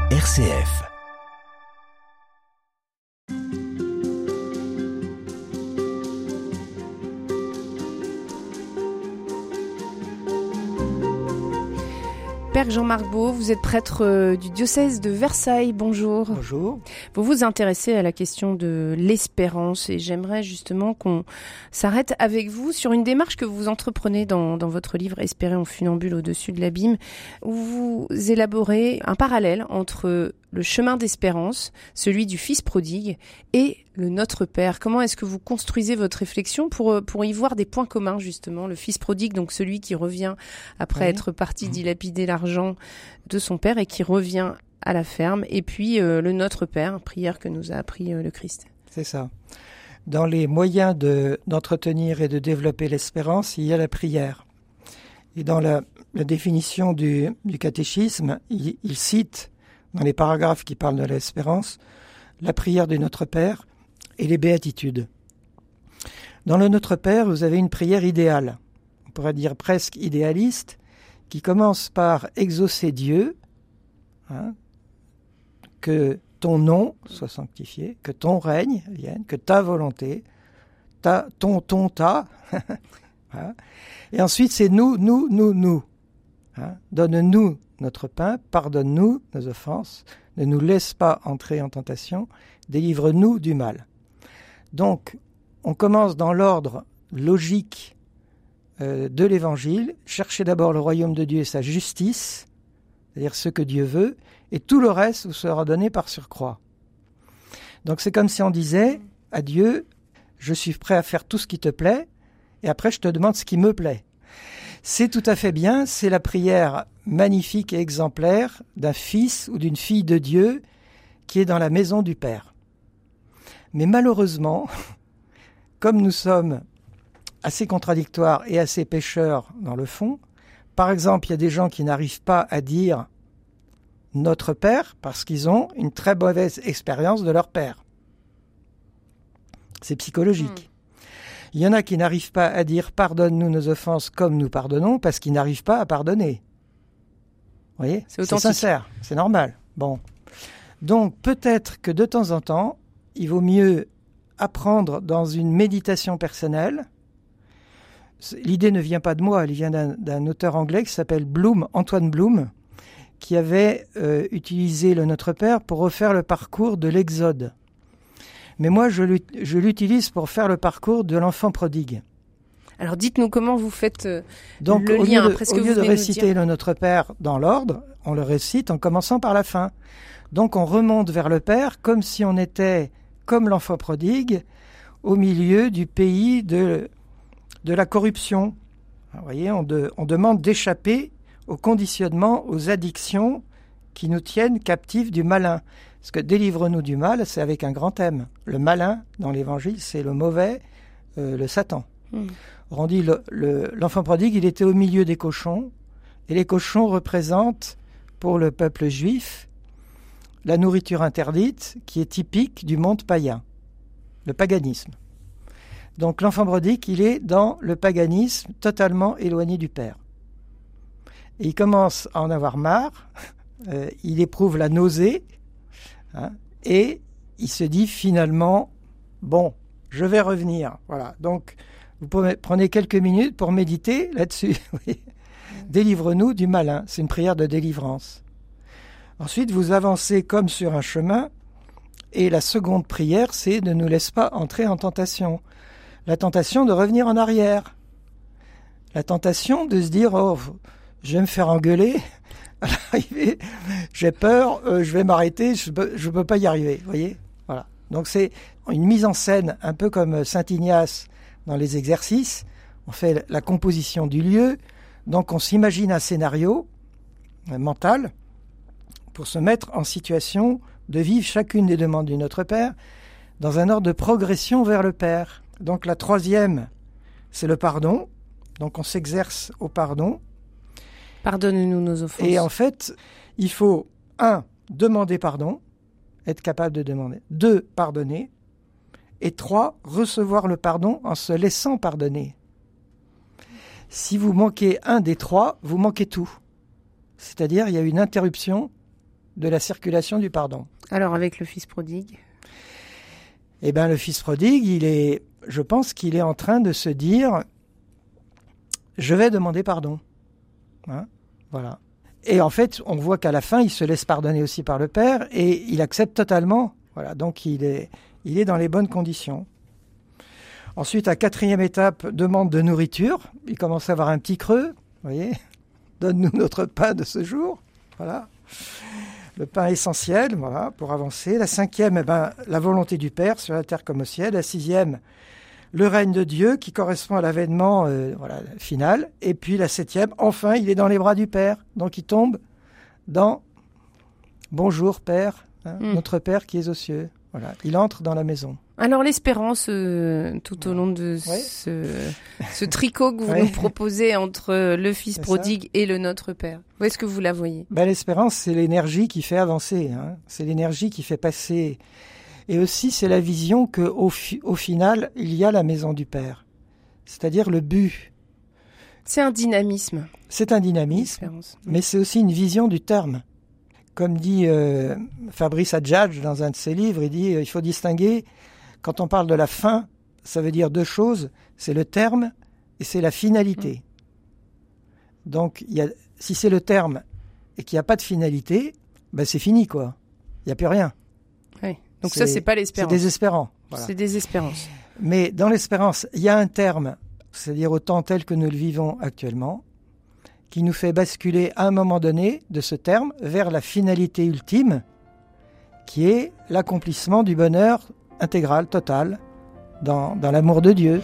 RCF. Père Jean-Marc Beau, vous êtes prêtre du diocèse de Versailles. Bonjour. Bonjour. Vous vous intéressez à la question de l'espérance et j'aimerais justement qu'on s'arrête avec vous sur une démarche que vous entreprenez dans votre livre « Espérer en funambule au-dessus de l'abîme » où vous élaborez un parallèle entre le chemin d'espérance, celui du Fils prodigue et le Notre Père. Comment est-ce que vous construisez votre réflexion pour y voir des points communs justement? Le Fils prodigue, donc celui qui revient après être parti dilapider l'argent de son Père et qui revient à la ferme. Et puis le Notre Père, prière que nous a appris le Christ. C'est ça. Dans les moyens d'entretenir et de développer l'espérance, il y a la prière. Et dans la définition du catéchisme, il cite, dans les paragraphes qui parlent de l'espérance, la prière du Notre Père et les béatitudes. Dans le Notre Père, vous avez une prière idéale, on pourrait dire presque idéaliste, qui commence par exaucer Dieu, que ton nom soit sanctifié, que ton règne vienne, que ta volonté, ta. Et ensuite, c'est nous. Donne-nous notre pain, pardonne-nous nos offenses, ne nous laisse pas entrer en tentation, délivre-nous du mal. Donc, on commence dans l'ordre logique de l'Évangile, cherchez d'abord le royaume de Dieu et sa justice, c'est-à-dire ce que Dieu veut, et tout le reste vous sera donné par surcroît. Donc c'est comme si on disait à Dieu, je suis prêt à faire tout ce qui te plaît, et après je te demande ce qui me plaît. C'est tout à fait bien, c'est la prière magnifique et exemplaire d'un fils ou d'une fille de Dieu qui est dans la maison du Père. Mais malheureusement, comme nous sommes assez contradictoires et assez pécheurs dans le fond, par exemple, il y a des gens qui n'arrivent pas à dire « notre Père » parce qu'ils ont une très mauvaise expérience de leur Père. C'est psychologique. Il y en a qui n'arrivent pas à dire « pardonne-nous nos offenses comme nous pardonnons » parce qu'ils n'arrivent pas à pardonner. Vous voyez ? C'est sincère, c'est normal. Bon. Donc peut-être que de temps en temps, il vaut mieux apprendre dans une méditation personnelle. L'idée ne vient pas de moi, elle vient d'un auteur anglais qui s'appelle Bloom, Antoine Bloom, qui avait utilisé le Notre Père pour refaire le parcours de l'Exode. Mais moi, je l'utilise pour faire le parcours de l'enfant prodigue. Alors dites-nous comment vous faites donc, le lien après ce que vous venez de dire. Au lieu de réciter le Notre Père dans l'ordre, on le récite en commençant par la fin. Donc on remonte vers le Père comme si on était, comme l'enfant prodigue, au milieu du pays de la corruption. Vous voyez, on demande d'échapper au conditionnement, aux addictions qui nous tiennent captifs du malin. Parce que délivre-nous du mal, c'est avec un grand M. Le malin, dans l'Évangile, c'est le mauvais, le Satan. On dit l'enfant prodigue, il était au milieu des cochons, et les cochons représentent, pour le peuple juif, la nourriture interdite qui est typique du monde païen, le paganisme. Donc l'enfant prodigue, il est dans le paganisme totalement éloigné du Père. Et il commence à en avoir marre, il éprouve la nausée, et il se dit finalement, bon, je vais revenir. Voilà. Donc vous prenez quelques minutes pour méditer là-dessus. Délivre-nous du malin, c'est une prière de délivrance. Ensuite, vous avancez comme sur un chemin, et la seconde prière, c'est « ne nous laisse pas entrer en tentation ». La tentation de revenir en arrière. La tentation de se dire « oh, je vais me faire engueuler, à l'arrivée, j'ai peur, je vais m'arrêter, je peux pas y arriver ». Vous voyez ? Voilà. Donc c'est une mise en scène, un peu comme Saint Ignace dans les exercices. On fait la composition du lieu, donc on s'imagine un scénario mental pour se mettre en situation de vivre chacune des demandes du Notre Père dans un ordre de progression vers le Père. Donc la troisième, c'est le pardon. Donc on s'exerce au pardon. Pardonne-nous nos offenses. Et en fait, il faut, 1, demander pardon, être capable de demander. 2, pardonner. Et 3, recevoir le pardon en se laissant pardonner. Si vous manquez un des 3, vous manquez tout. C'est-à-dire, il y a une interruption de la circulation du pardon. Alors avec le fils prodigue? Eh bien, le fils prodigue, je pense qu'il est en train de se dire « je vais demander pardon ». Voilà. Et en fait, on voit qu'à la fin, il se laisse pardonner aussi par le Père et il accepte totalement. Voilà, donc il est dans les bonnes conditions. Ensuite, à 4e étape, demande de nourriture. Il commence à avoir un petit creux, vous voyez. Donne-nous notre pain de ce jour. Voilà. Le pain essentiel, voilà, pour avancer. La 5e, la volonté du Père sur la terre comme au ciel. La 6e, le règne de Dieu qui correspond à l'avènement final. Et puis la 7e, enfin, il est dans les bras du Père. Donc il tombe dans « Bonjour Père, notre Père qui es aux cieux ». Voilà, il entre dans la maison. Alors l'espérance, tout au long de ce tricot que vous nous proposez entre le Fils prodigue et le Notre Père, où est-ce que vous la voyez? L'espérance, c'est l'énergie qui fait avancer, c'est l'énergie qui fait passer. Et aussi, c'est la vision qu'au final, il y a la maison du Père, c'est-à-dire le but. C'est un dynamisme. C'est un dynamisme, mais c'est aussi une vision du terme. Comme dit Fabrice Adjadj dans un de ses livres, il dit il faut distinguer, quand on parle de la fin, ça veut dire deux choses, c'est le terme et c'est la finalité. Donc, si c'est le terme et qu'il n'y a pas de finalité, c'est fini, quoi. Il n'y a plus rien. Oui. Donc ça, c'est pas l'espérance. C'est désespérant. Voilà. C'est désespérance. Mais dans l'espérance, il y a un terme, c'est-à-dire au temps tel que nous le vivons actuellement, qui nous fait basculer à un moment donné de ce terme vers la finalité ultime, qui est l'accomplissement du bonheur intégral, total, dans l'amour de Dieu.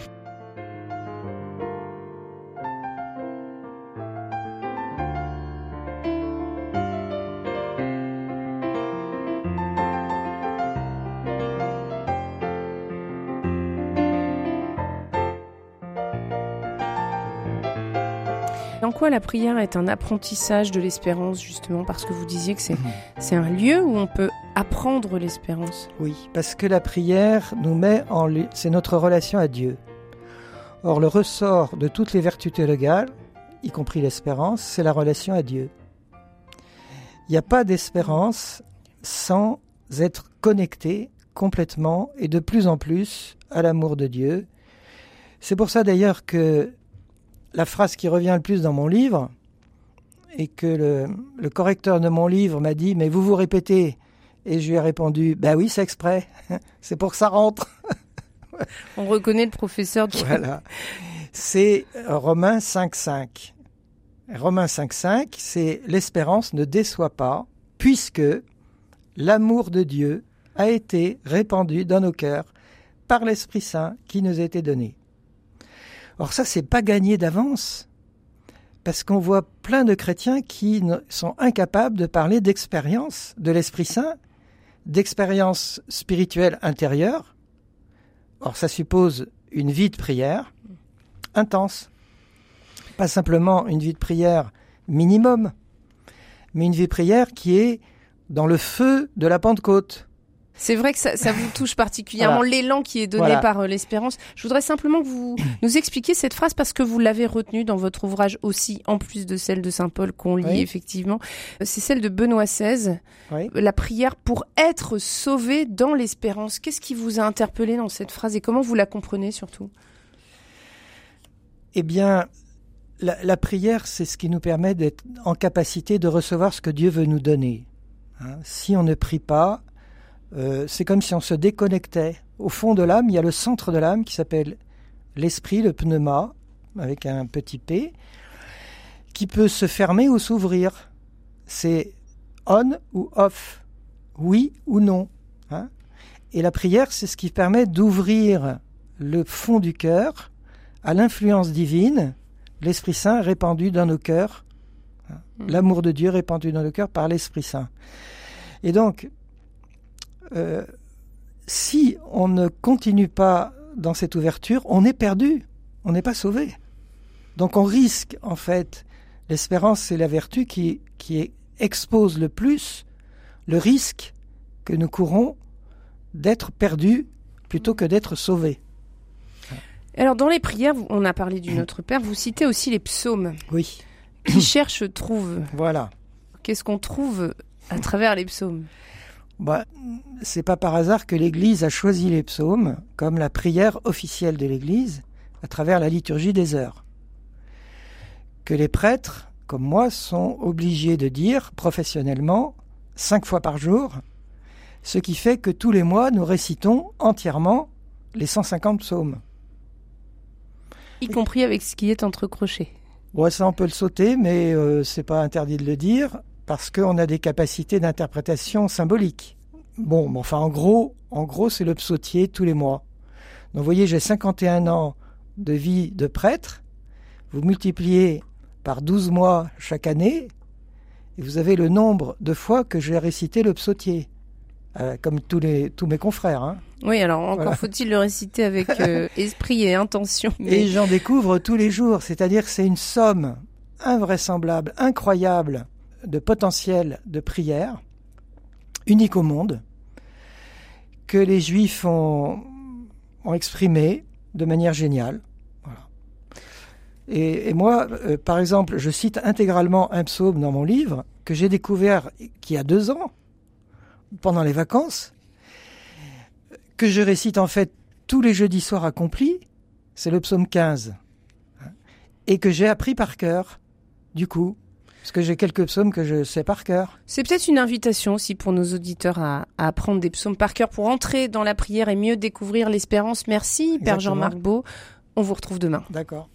En quoi la prière est un apprentissage de l'espérance, justement, parce que vous disiez que c'est un lieu où on peut apprendre l'espérance. Oui, parce que la prière nous met c'est notre relation à Dieu. Or, le ressort de toutes les vertus théologales, y compris l'espérance, c'est la relation à Dieu. Il n'y a pas d'espérance sans être connecté complètement et de plus en plus à l'amour de Dieu. C'est pour ça d'ailleurs que la phrase qui revient le plus dans mon livre, et que le correcteur de mon livre m'a dit « mais vous répétez ?» Et je lui ai répondu « oui, c'est exprès, c'est pour que ça rentre. » On reconnaît le professeur. Voilà. C'est Romains 5,5. Romains 5,5, c'est « l'espérance ne déçoit pas, puisque l'amour de Dieu a été répandu dans nos cœurs par l'Esprit Saint qui nous a été donné. » Or ça, c'est pas gagné d'avance, parce qu'on voit plein de chrétiens qui sont incapables de parler d'expérience de l'Esprit Saint, d'expérience spirituelle intérieure. Or ça suppose une vie de prière intense, pas simplement une vie de prière minimum, mais une vie de prière qui est dans le feu de la Pentecôte. C'est vrai que ça vous touche particulièrement, voilà. L'élan qui est donné par l'espérance. Je voudrais simplement que vous nous expliquiez cette phrase parce que vous l'avez retenue dans votre ouvrage aussi, en plus de celle de Saint Paul qu'on lit effectivement. C'est celle de Benoît XVI, la prière pour être sauvé dans l'espérance. Qu'est-ce qui vous a interpellé dans cette phrase et comment vous la comprenez surtout? Eh bien, la prière, c'est ce qui nous permet d'être en capacité de recevoir ce que Dieu veut nous donner. Si on ne prie pas, c'est comme si on se déconnectait. Au fond de l'âme, il y a le centre de l'âme qui s'appelle l'esprit, le pneuma, avec un petit p, qui peut se fermer ou s'ouvrir. C'est on ou off, oui ou non. Et la prière, c'est ce qui permet d'ouvrir le fond du cœur à l'influence divine, l'Esprit Saint répandu dans nos cœurs, l'amour de Dieu répandu dans nos cœurs par l'Esprit Saint. Et donc, si on ne continue pas dans cette ouverture, on est perdu, on n'est pas sauvé. Donc on risque, en fait, l'espérance, c'est la vertu qui expose le plus le risque que nous courons d'être perdus plutôt que d'être sauvés. Alors dans les prières, on a parlé du Notre Père, vous citez aussi les psaumes. Oui. Qui cherche, trouve. Voilà. Qu'est-ce qu'on trouve À travers les psaumes. C'est pas par hasard que l'Église a choisi les psaumes comme la prière officielle de l'Église à travers la liturgie des heures. Que les prêtres, comme moi, sont obligés de dire professionnellement 5 fois par jour, ce qui fait que tous les mois, nous récitons entièrement les 150 psaumes. Y compris avec ce qui est entre crochets. Ouais, ça on peut le sauter, mais c'est pas interdit de le dire, parce qu'on a des capacités d'interprétation symboliques. Enfin en gros c'est le psautier tous les mois. Donc vous voyez, j'ai 51 ans de vie de prêtre, vous multipliez par 12 mois chaque année, et vous avez le nombre de fois que j'ai récité le psautier, comme tous mes confrères. Hein. Oui, alors encore faut-il le réciter avec esprit et intention. Mais... Et j'en découvre tous les jours, c'est-à-dire que c'est une somme invraisemblable, incroyable de potentiel de prière, unique au monde, que les Juifs ont exprimé de manière géniale. Voilà. Et moi, par exemple, je cite intégralement un psaume dans mon livre que j'ai découvert qu'il y a 2 ans, pendant les vacances, que je récite en fait tous les jeudis soirs accomplis, c'est le psaume 15, et que j'ai appris par cœur, du coup, parce que j'ai quelques psaumes que je sais par cœur. C'est peut-être une invitation aussi pour nos auditeurs à apprendre des psaumes par cœur pour entrer dans la prière et mieux découvrir l'espérance. Merci, Père Jean-Marc Beau. On vous retrouve demain. D'accord.